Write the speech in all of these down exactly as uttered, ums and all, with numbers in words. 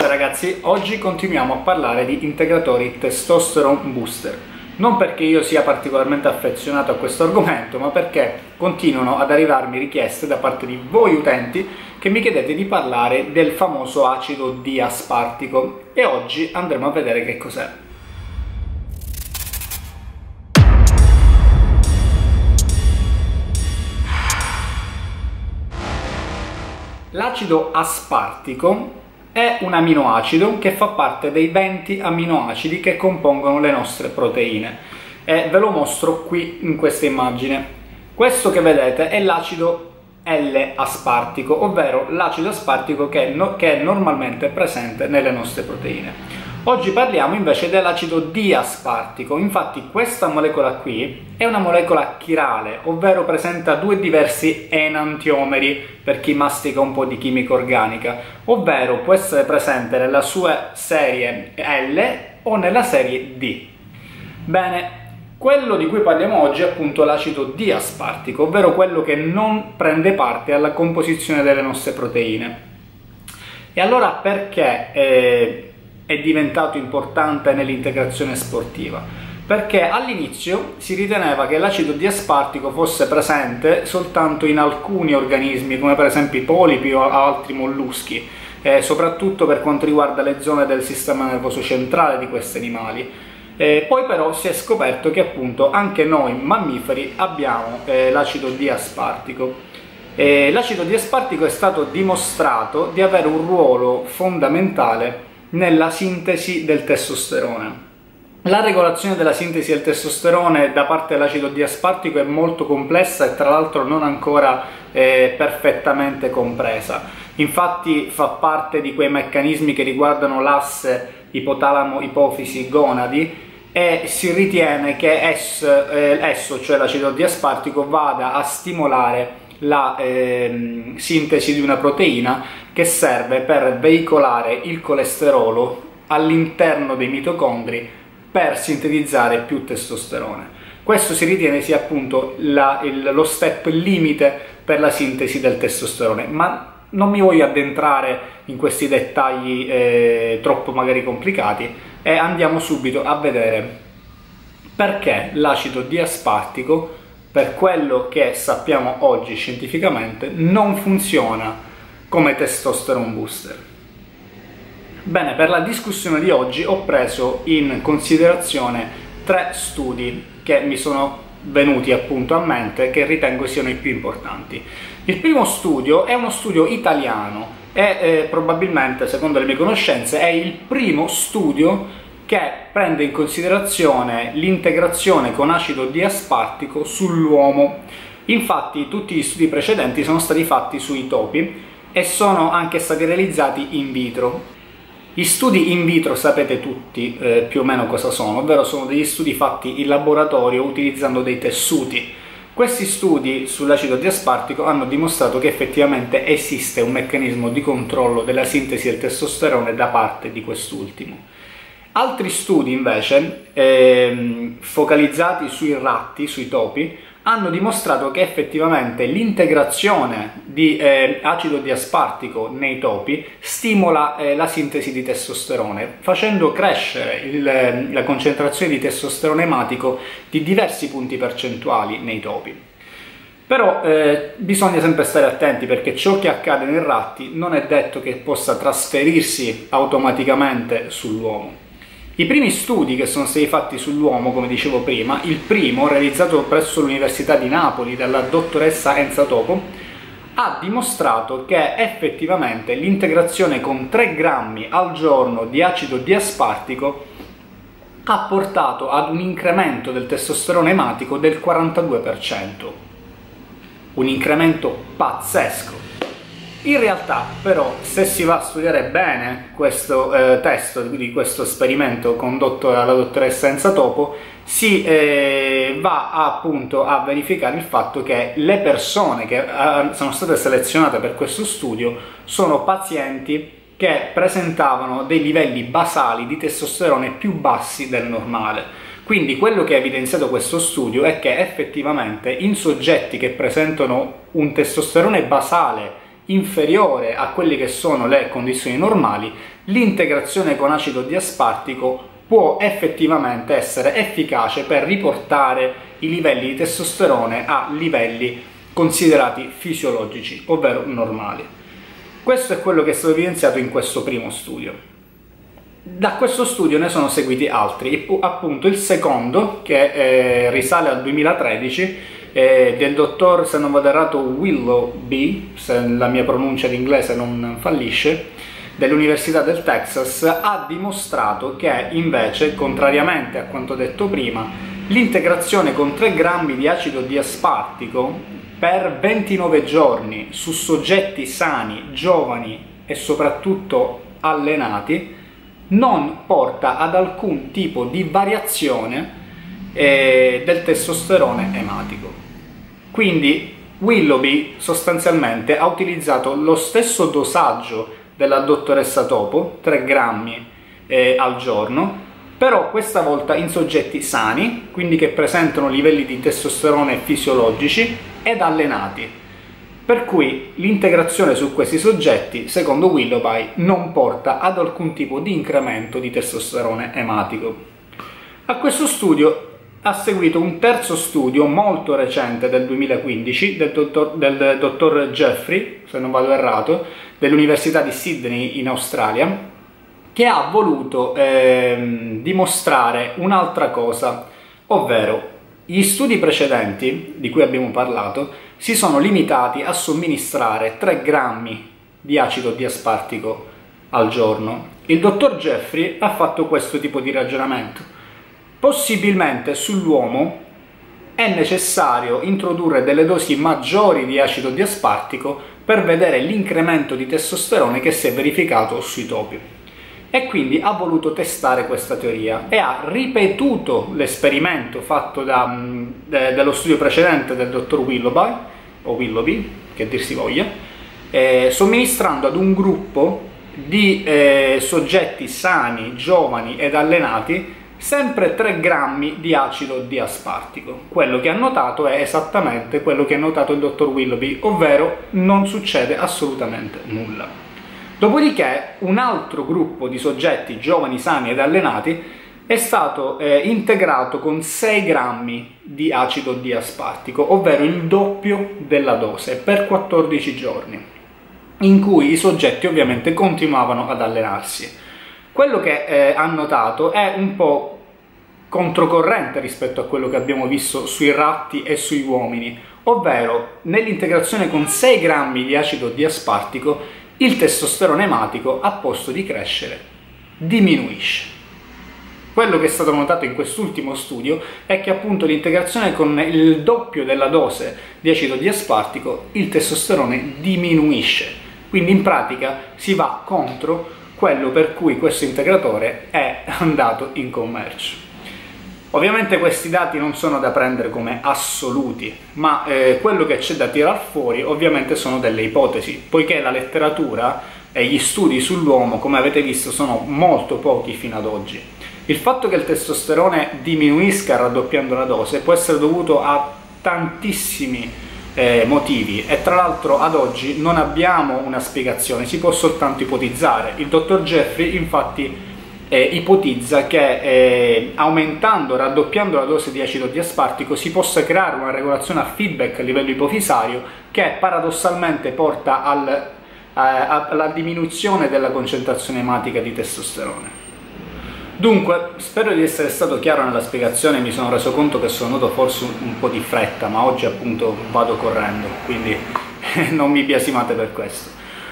Ciao ragazzi, oggi continuiamo a parlare di integratori testosterone booster. Non perché io sia particolarmente affezionato a questo argomento, ma perché continuano ad arrivarmi richieste da parte di voi utenti che mi chiedete di parlare del famoso acido D-aspartico e oggi andremo a vedere che cos'è. L'acido aspartico è un aminoacido che fa parte dei venti aminoacidi che compongono le nostre proteine e ve lo mostro qui in questa immagine. Questo che vedete è l'acido L-aspartico, ovvero l'acido aspartico che, no, che è normalmente presente nelle nostre proteine. Oggi parliamo invece dell'acido D-aspartico. Infatti questa molecola qui è una molecola chirale, ovvero presenta due diversi enantiomeri per chi mastica un po' di chimica organica, ovvero può essere presente nella sua serie L o nella serie D. Bene, quello di cui parliamo oggi è appunto l'acido D-aspartico, ovvero quello che non prende parte alla composizione delle nostre proteine. E allora perché eh, è diventato importante nell'integrazione sportiva? Perché all'inizio si riteneva che l'acido D-aspartico fosse presente soltanto in alcuni organismi, come per esempio i polipi o altri molluschi, eh, soprattutto per quanto riguarda le zone del sistema nervoso centrale di questi animali. Eh, poi però si è scoperto che appunto anche noi mammiferi abbiamo eh, l'acido D-aspartico. Eh, l'acido D-aspartico è stato dimostrato di avere un ruolo fondamentale nella sintesi del testosterone. La regolazione della sintesi del testosterone da parte dell'acido D-aspartico è molto complessa e tra l'altro non ancora eh, perfettamente compresa. Infatti fa parte di quei meccanismi che riguardano l'asse ipotalamo-ipofisi-gonadi e si ritiene che esso, eh, esso cioè l'acido D-aspartico, vada a stimolare la eh, sintesi di una proteina che serve per veicolare il colesterolo all'interno dei mitocondri per sintetizzare più testosterone. Questo si ritiene sia appunto la, il, lo step limite per la sintesi del testosterone, ma non mi voglio addentrare in questi dettagli eh, troppo magari complicati e andiamo subito a vedere perché l'acido D-aspartico, per quello che sappiamo oggi scientificamente, non funziona come testosterone booster. Bene, per la discussione di oggi ho preso in considerazione tre studi che mi sono venuti appunto a mente, che ritengo siano i più importanti. Il primo studio è uno studio italiano e eh, probabilmente, secondo le mie conoscenze, è il primo studio che prende in considerazione l'integrazione con acido D-aspartico sull'uomo. Infatti tutti gli studi precedenti sono stati fatti sui topi e sono anche stati realizzati in vitro. Gli studi in vitro sapete tutti eh, più o meno cosa sono, ovvero sono degli studi fatti in laboratorio utilizzando dei tessuti. Questi studi sull'acido D-aspartico hanno dimostrato che effettivamente esiste un meccanismo di controllo della sintesi del testosterone da parte di quest'ultimo. Altri studi invece, ehm, focalizzati sui ratti, sui topi, hanno dimostrato che effettivamente l'integrazione di eh, acido D-aspartico nei topi stimola eh, la sintesi di testosterone, facendo crescere il, la concentrazione di testosterone ematico di diversi punti percentuali nei topi. Però eh, bisogna sempre stare attenti, perché ciò che accade nei ratti non è detto che possa trasferirsi automaticamente sull'uomo. I primi studi che sono stati fatti sull'uomo, come dicevo prima, il primo realizzato presso l'Università di Napoli dalla dottoressa Enza Topo, ha dimostrato che effettivamente l'integrazione con tre grammi al giorno di acido D-aspartico ha portato ad un incremento del testosterone ematico del quarantadue per cento. Un incremento pazzesco. In realtà però, se si va a studiare bene questo eh, testo di questo esperimento condotto dalla dottoressa Enza Topo, si eh, va appunto a verificare il fatto che le persone che eh, sono state selezionate per questo studio sono pazienti che presentavano dei livelli basali di testosterone più bassi del normale. Quindi quello che ha evidenziato questo studio è che effettivamente in soggetti che presentano un testosterone basale inferiore a quelle che sono le condizioni normali, l'integrazione con acido diaspartico può effettivamente essere efficace per riportare i livelli di testosterone a livelli considerati fisiologici, ovvero normali. Questo è quello che è stato evidenziato in questo primo studio. Da questo studio ne sono seguiti altri, appunto il secondo, che eh, risale al duemilatredici, eh, del dottor, se non vado errato, Willoughby, se la mia pronuncia d'inglese non fallisce, dell'Università del Texas, ha dimostrato che invece, contrariamente a quanto detto prima, l'integrazione con tre grammi di acido diaspartico per ventinove giorni su soggetti sani, giovani e soprattutto allenati non porta ad alcun tipo di variazione eh, del testosterone ematico. Quindi Willoughby sostanzialmente ha utilizzato lo stesso dosaggio della dottoressa Topo, tre grammi eh, al giorno, però questa volta in soggetti sani, quindi che presentano livelli di testosterone fisiologici ed allenati, per cui l'integrazione su questi soggetti, secondo Willoughby, non porta ad alcun tipo di incremento di testosterone ematico. A questo studio ha seguito un terzo studio molto recente del duemilaquindici del dottor, del dottor Jeffrey, se non vado errato, dell'Università di Sydney in Australia, che ha voluto eh, dimostrare un'altra cosa, ovvero gli studi precedenti di cui abbiamo parlato si sono limitati a somministrare tre grammi di acido diaspartico al giorno. Il dottor Jeffrey ha fatto questo tipo di ragionamento. Possibilmente sull'uomo è necessario introdurre delle dosi maggiori di acido diaspartico per vedere l'incremento di testosterone che si è verificato sui topi. E quindi ha voluto testare questa teoria e ha ripetuto l'esperimento fatto da, de, dello studio precedente del dottor Willoughby, o Willoughby, che dir si voglia, eh, somministrando ad un gruppo di eh, soggetti sani, giovani ed allenati sempre tre grammi di acido diaspartico. Quello che ha notato è esattamente quello che ha notato il dottor Willoughby, ovvero non succede assolutamente nulla. Dopodiché un altro gruppo di soggetti giovani, sani ed allenati è stato eh, integrato con sei grammi di acido diaspartico, ovvero il doppio della dose, per quattordici giorni, in cui i soggetti ovviamente continuavano ad allenarsi. Quello che eh, ha notato è un po' controcorrente rispetto a quello che abbiamo visto sui ratti e sui uomini, ovvero nell'integrazione con sei grammi di acido diaspartico il testosterone ematico, a posto di crescere, diminuisce. Quello che è stato notato in quest'ultimo studio è che appunto l'integrazione con il doppio della dose di acido diaspartico il testosterone diminuisce, quindi in pratica si va contro quello per cui questo integratore è andato in commercio. Ovviamente questi dati non sono da prendere come assoluti, ma eh, quello che c'è da tirar fuori ovviamente sono delle ipotesi, poiché la letteratura e gli studi sull'uomo, come avete visto, sono molto pochi fino ad oggi. Il fatto che il testosterone diminuisca raddoppiando la dose può essere dovuto a tantissimi Eh, motivi e tra l'altro ad oggi non abbiamo una spiegazione, si può soltanto ipotizzare. Il dottor Jeffrey infatti eh, ipotizza che eh, aumentando, raddoppiando la dose di acido diaspartico si possa creare una regolazione a feedback a livello ipofisario che paradossalmente porta al, eh, alla diminuzione della concentrazione ematica di testosterone. Dunque, spero di essere stato chiaro nella spiegazione, mi sono reso conto che sono andato forse un po' di fretta, ma oggi appunto vado correndo, quindi non mi biasimate per questo.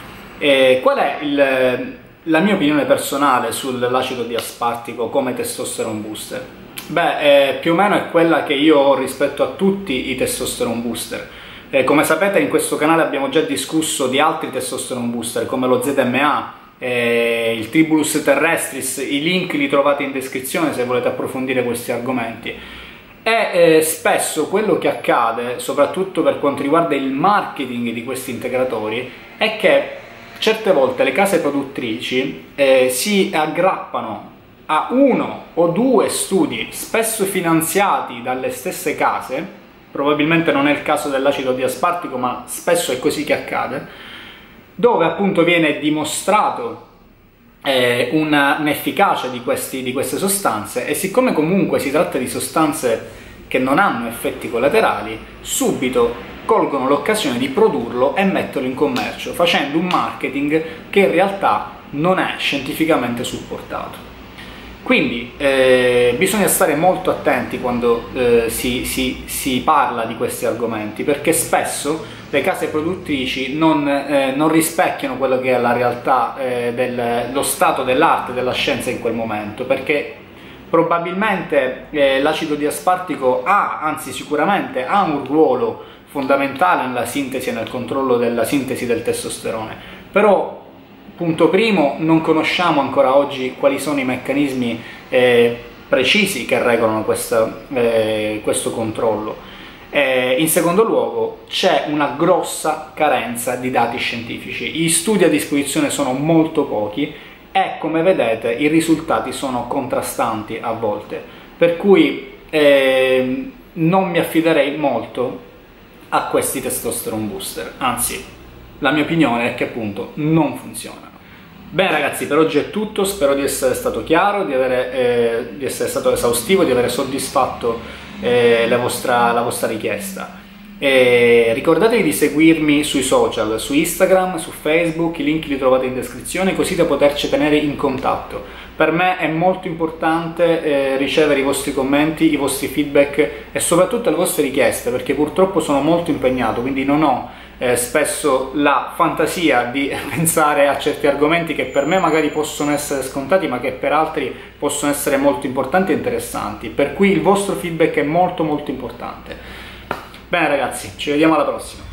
E qual è il, la mia opinione personale sull'acido diaspartico come testosterone booster? Beh, eh, più o meno è quella che io ho rispetto a tutti i testosterone booster. Eh, come sapete in questo canale abbiamo già discusso di altri testosterone booster come lo Z M A, Eh, il Tribulus terrestris, i link li trovate in descrizione se volete approfondire questi argomenti. E eh, spesso quello che accade, soprattutto per quanto riguarda il marketing di questi integratori, è che certe volte le case produttrici eh, si aggrappano a uno o due studi, spesso finanziati dalle stesse case, probabilmente non è il caso dell'acido diaspartico, ma spesso è così che accade, dove appunto viene dimostrato eh, un'efficacia di, questi, di queste sostanze, e siccome comunque si tratta di sostanze che non hanno effetti collaterali, subito colgono l'occasione di produrlo e metterlo in commercio, facendo un marketing che in realtà non è scientificamente supportato. Quindi eh, bisogna stare molto attenti quando eh, si, si, si parla di questi argomenti, perché spesso le case produttrici non, eh, non rispecchiano quello che è la realtà, eh, del, lo stato dell'arte, della scienza in quel momento, perché probabilmente eh, l'acido di aspartico ha, anzi sicuramente ha un ruolo fondamentale nella sintesi e nel controllo della sintesi del testosterone, però punto primo, non conosciamo ancora oggi quali sono i meccanismi eh, precisi che regolano questa, eh, questo controllo. Eh, in secondo luogo, c'è una grossa carenza di dati scientifici. Gli studi a disposizione sono molto pochi e, come vedete, i risultati sono contrastanti a volte, per cui eh, non mi affiderei molto a questi testosterone booster, anzi, la mia opinione è che appunto non funzionano. Bene ragazzi, per oggi è tutto, spero di essere stato chiaro, di, avere, eh, di essere stato esaustivo, di aver soddisfatto eh, la, vostra, la vostra richiesta. E ricordatevi di seguirmi sui social, su Instagram, su Facebook, i link li trovate in descrizione, così da poterci tenere in contatto. Per me è molto importante eh, ricevere i vostri commenti, i vostri feedback e soprattutto le vostre richieste, perché purtroppo sono molto impegnato, quindi non ho eh, spesso la fantasia di pensare a certi argomenti che per me magari possono essere scontati, ma che per altri possono essere molto importanti e interessanti, per cui il vostro feedback è molto molto importante. Bene ragazzi, ci vediamo alla prossima.